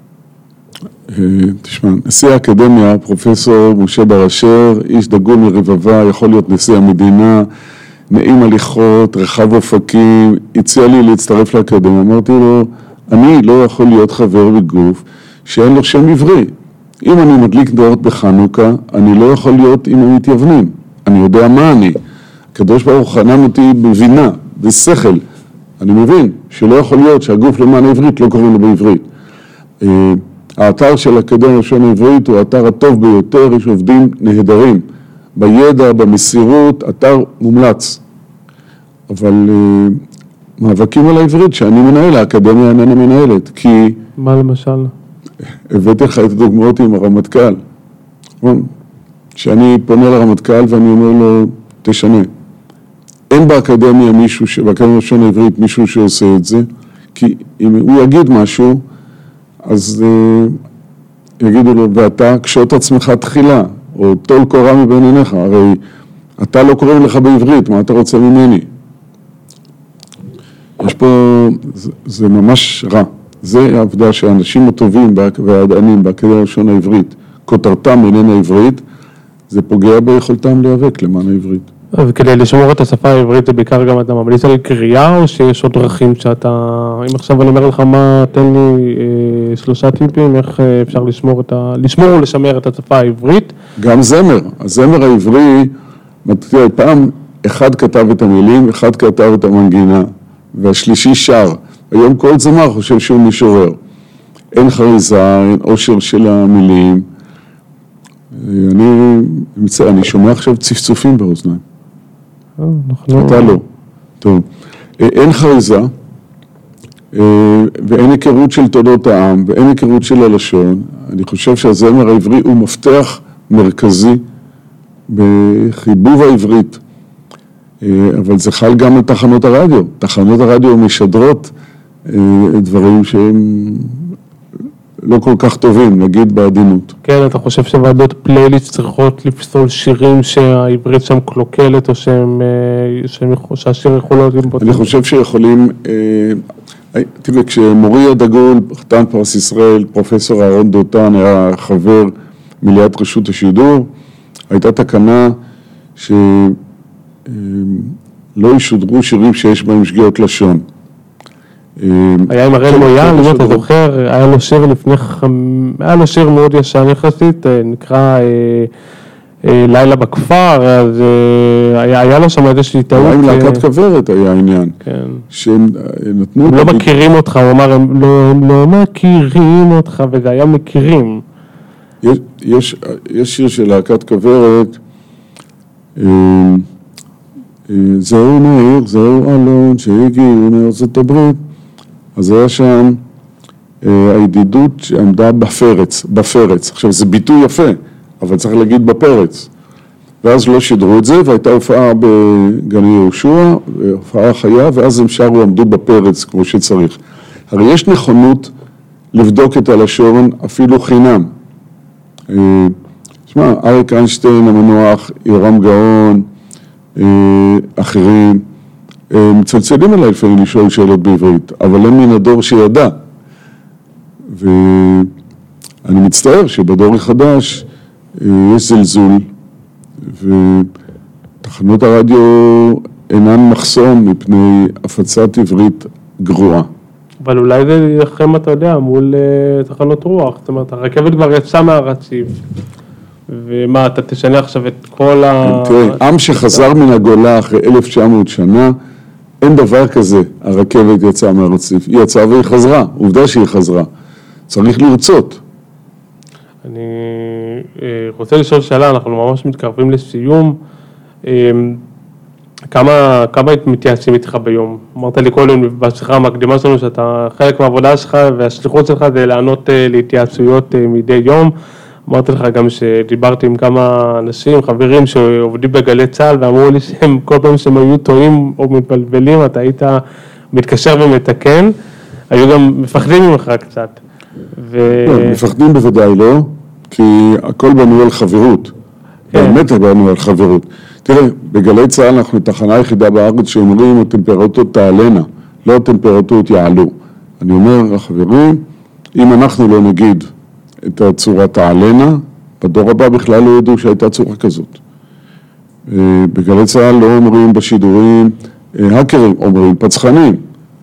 תשמע, נשיא האקדמיה, פרופסור משה בר אשר, איש דגול מרבבה, יכול להיות נשיא המדינה, נעים הליכות, רחב אופקים, הציע לי להצטרף לאקדמיה. אמרתי לו, אני לא יכול להיות חבר בגוף שאין לו שם עברי. אם אני מדליק נרות בחנוכה, אני לא יכול להיות עם המתייוונים. אני יודע מה אני. הקדוש ברוך חנן אותי בבינה, בשכל. אני מבין שלא יכול להיות שהגוף למען העברית לא קוראים לו בעברית. האתר של האקדמיה ללשון העברית הוא האתר הטוב ביותר, יש עובדים נהדרים. בידע, במסירות, אתר מומלץ. אבל uh, מאבקים על העברית שאני מנהל, האקדמיה איננה מנהלת, כי... מה למשל? הבאתי לך את הדוגמאות עם הרמטכ"ל. שאני פונה לרמטכ"ל ואני אומר לו, תשנה. אין באקדמיה מישהו, באקדמיה ללשון העברית מישהו שעושה את זה, כי אם הוא יגיד משהו, אז uh, יגידו לו, ואתה קשוט עצמך תחילה. או טול קורה מבין עיניך, הרי אתה לא קוראים לך בעברית, מה אתה רוצה ממני? יש פה, זה, זה ממש רע. זה העובדה שהאנשים הטובים והעדענים באקדמיה ללשון העברית, כותרתם איננה עברית, זה פוגע ביכולתם להיאבק למען העברית. וכדי לשמור את השפה העברית זה בעיקר גם אתה ממליץ על קריאה, או שיש עוד דרכים שאתה, אם עכשיו אני אומר לך מה, תן לי אה, שלושה טיפים, איך אפשר לשמור את ה... לשמור ולשמר את השפה העברית? גם זמר, הזמר העברי, מתחיל, פעם אחד כתב את המילים, אחד כתב את המנגינה, והשלישי שר. היום כל זמר חושב שהוא משורר. אין חריזה, אין עושר של המילים. אני, אני שומע עכשיו צפצופים באוזניים. אתה לא. טוב. אין חריזה, ואין היכרות של תולדות העם, ואין היכרות של הלשון. אני חושב שהזמר העברי הוא מפתח מרכזי בחיבוב העברית. אבל זה חל גם על תחנות הרדיו. תחנות הרדיו משדרות דברים שהם לא כל כך טובים, נגיד בעדינות. כן, אתה חושב שוועדות פלייליסט צריכות לפסול שירים שהעברית שם קלוקלת, או שהם, שהשיר יכול להיות... אני חושב שיכולים... תראה, כשמורי הדגול, חתן פרס ישראל, פרופסור אהרון דותן, היה חבר מליאת רשות השידור, הייתה תקנה שלא ישודרו שירים שיש בהם שגיאות לשון. היה עם הראל מויאל, אם אתה זוכר, היה לו שיר לפני, היה לו שיר מאוד ישן יחסית, נקרא לילה בכפר, אז היה לו שם איזושהי טעות. היה עם להקת כוורת היה העניין. כן. שהם נתנו... הם לא מכירים אותך, הוא אמר, הם לא מכירים אותך, וזה היה מכירים. יש, יש, יש שיר של להקת כוורת, זהו נעיר, זהו אלון, שהגיעו מארצות הברית, אז היה שם הידידות שעמדה בפרץ, בפרץ. עכשיו זה ביטוי יפה, אבל צריך להגיד בפרץ. ואז לא שידרו את זה, והייתה הופעה בגני יהושע, הופעה חיה, ואז הם שרו, עמדו בפרץ כמו שצריך. הרי יש נכונות לבדוק את הלשון אפילו חינם. תשמע, אריק איינשטיין המנוח, יורם גאון, אחרים, מצלצלים אליי לפעמים לשאול שאלות בעברית, אבל הם מן הדור שידע. ואני מצטער שבדור החדש יש זלזול, ותחנות הרדיו אינן מחסום מפני הפצת עברית גרועה. אבל אולי זה יחם, אתה יודע, מול uh, תחנות רוח, זאת אומרת, הרכבת כבר יצאה מהרציף, ומה, אתה תשנה עכשיו את כל ה... תראה, עם שחזר מן הגולה אחרי אלף תשע מאות שנה, אין דבר כזה, הרכבת יצאה מהרציף, היא יצאה והיא חזרה, עובדה שהיא חזרה, צריך לרצות. אני רוצה לשאול שאלה, אנחנו ממש מתקרבים לסיום, כמה, כמה מתייעצים איתך ביום? אמרת לי כל יום בשיחה המקדימה שלנו שאתה חלק מהעבודה שלך והשליחות שלך זה לענות להתייעצויות מדי יום. אמרתי לך גם שדיברתי עם כמה אנשים, חברים שעובדים בגלי צה"ל ואמרו לי שהם כל פעם שהם היו טועים או מתבלבלים, אתה היית מתקשר ומתקן, היו גם מפחדים ממך קצת. ו... לא, מפחדים בוודאי לא, כי הכל בנו על חברות, באמת בנו על חברות. תראה, בגלי צה"ל אנחנו תחנה יחידה בארץ שאומרים הטמפרטורות תעלנה, לא הטמפרטורות יעלו. אני אומר, החברים, אם אנחנו לא נגיד את הצורה תעלנה, בדור הבא בכלל לא ידעו שהייתה צורה כזאת. בגלי צה"ל לא אומרים בשידורים, האקרים אומרים פצחנים.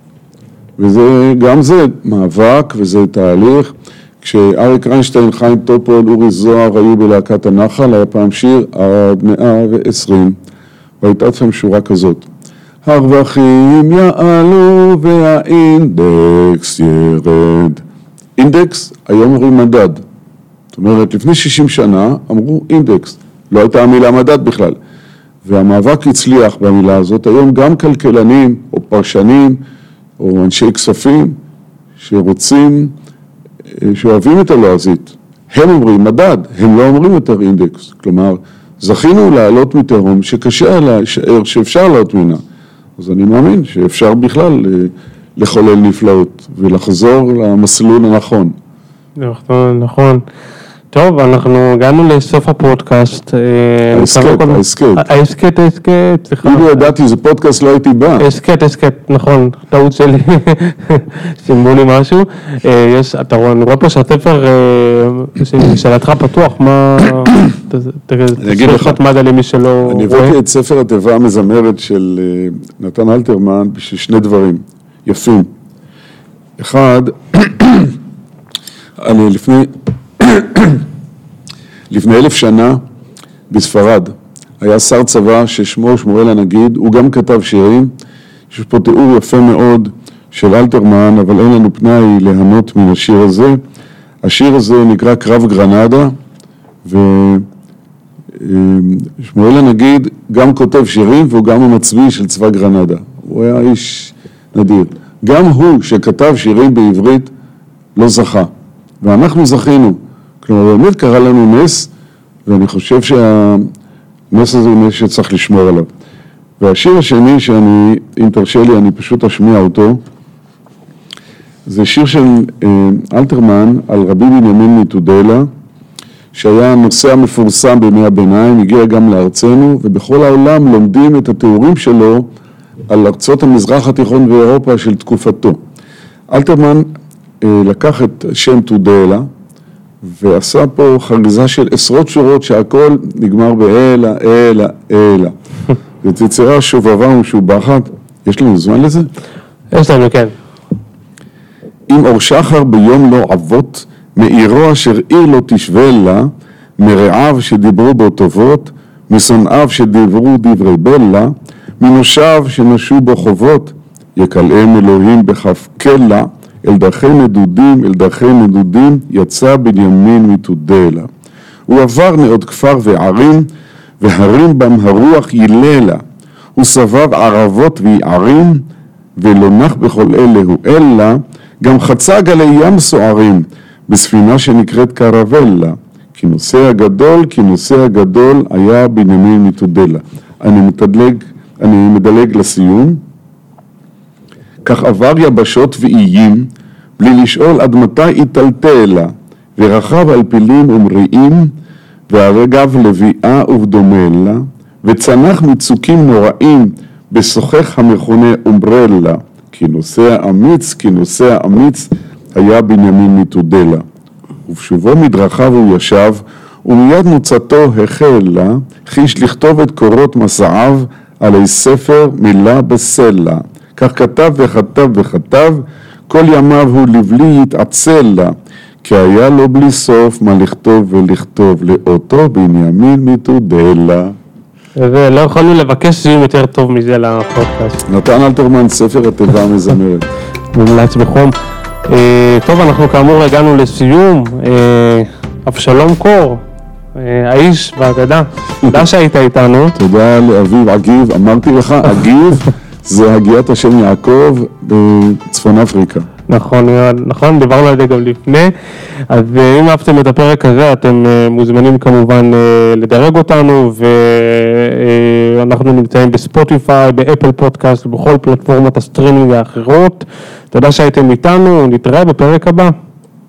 וזה, גם זה מאבק וזה תהליך. כשאריק איינשטיין, חיים טופול, אורי זוהר היו בלהקת הנחל, היה פעם שיר עד מאה ועשרים, והייתה שם שורה כזאת. הרווחים יעלו והאינדקס ירד. אינדקס, היום אומרים מדד. זאת אומרת, לפני שישים שנה אמרו אינדקס, לא הייתה המילה מדד בכלל. והמאבק הצליח במילה הזאת, היום גם כלכלנים או פרשנים או אנשי כספים שרוצים, שאוהבים את הלועזית, הם אומרים מדד, הם לא אומרים יותר אינדקס. כלומר, זכינו לעלות מתהום שקשה להישאר שאפשר לעלות ממנה. אז אני מאמין שאפשר בכלל לחולל נפלאות ולחזור למסלול הנכון. נכון, נכון. טוב, אנחנו הגענו לסוף הפודקאסט. ההסקט, ההסקט. ההסקט, ההסקט, סליחה. אם ידעתי, זה פודקאסט, לא הייתי בא. ההסקט, ההסקט, נכון, טעות שלי, שימו לי משהו. יש, אתה רואה, אני רואה פה שהספר שאלתך פתוח, מה... אני אגיד לך, למי שלא אני הבאתי את ספר התיבה המזמרת של נתן אלתרמן בשביל שני דברים יפים. אחד, אני לפני... לפני אלף שנה בספרד היה שר צבא ששמו שמואל הנגיד, הוא גם כתב שירים, יש פה תיאור יפה מאוד של אלתרמן, אבל אין לנו פנאי ליהנות מן השיר הזה. השיר הזה נקרא קרב גרנדה, ושמואל הנגיד גם כותב שירים והוא גם המצביא של צבא גרנדה, הוא היה איש נדיר. גם הוא שכתב שירים בעברית לא זכה, ואנחנו זכינו. כלומר, באמת קרה לנו נס, ואני חושב שהנס הזה הוא נס שצריך לשמור עליו. והשיר השני שאני, אם תרשה לי, אני פשוט אשמיע אותו, זה שיר של אלתרמן על רבי בנימין מתודלה, שהיה הנושא המפורסם בימי הביניים, הגיע גם לארצנו, ובכל העולם לומדים את התיאורים שלו על ארצות המזרח התיכון ואירופה של תקופתו. אלתרמן לקח את שם תודלה, ועשה פה חגיזה של עשרות שורות שהכל נגמר באלה, אלה, אלה. זאת יצירה שובבה ומשובחת. יש לנו זמן לזה? יש לנו, כן. אם אור שחר ביום לא אבות, מאירו אשר עיר לא תשווה לה, מרעיו שדיברו בו טובות, משונאיו שדיברו דברי בלה, מנושיו שנשו בו חובות, יקלעם אלוהים בכף קלה, אל דרכי נדודים, אל דרכי נדודים, יצא בנימין מתודלה. הוא עבר מאוד כפר וערים, והרים בם הרוח ייללה. הוא סבר ערבות ויערים, ולא נח בכל אלה הוא אלא, גם חצה גלי ים סוערים, בספינה שנקראת קרבלה. כי נושא הגדול, כי נושא הגדול היה בנימין מתודלה. אני מתדלג, אני מדלג לסיום. כך עבר יבשות ואיים, בלי לשאול עד מתי יטלטלה, ורחב על פילים ומריעים, והרגב לביאה ובדומה לה, וצנח מצוקים נוראים, בשוחך המכונה אומברלה, כי נוסע אמיץ, כי נוסע אמיץ, היה בנימין מתודלה. ובשובו מדרכיו הוא ישב, ומיד נוצתו החל לה, חיש לכתוב את קורות מסעיו, עלי ספר מילה בסלע. כך כתב וכתב וכתב, כל ימיו הוא לבלי יתעצל לה, כי היה לו בלי סוף מה לכתוב ולכתוב לאותו בנימין מתודלה. ולא יכולנו לבקש סיום יותר טוב מזה לפודקאסט. נתן אלתרמן, ספר התיבה המזמרת. מומלץ בחום. טוב, אנחנו כאמור הגענו לסיום. אבשלום קור, האיש והאגדה, תודה שהיית איתנו. תודה לאביב עגיב, אמרתי לך, עגיב זה הגיית השם יעקב בצפון אפריקה. נכון, נכון, דיברנו על זה גם לפני. אז אם אהבתם את הפרק הזה, אתם מוזמנים כמובן לדרג אותנו, ואנחנו נמצאים בספוטיפיי, באפל פודקאסט, בכל פלטפורמות הסטרימינג האחרות. תודה שהייתם איתנו, נתראה בפרק הבא.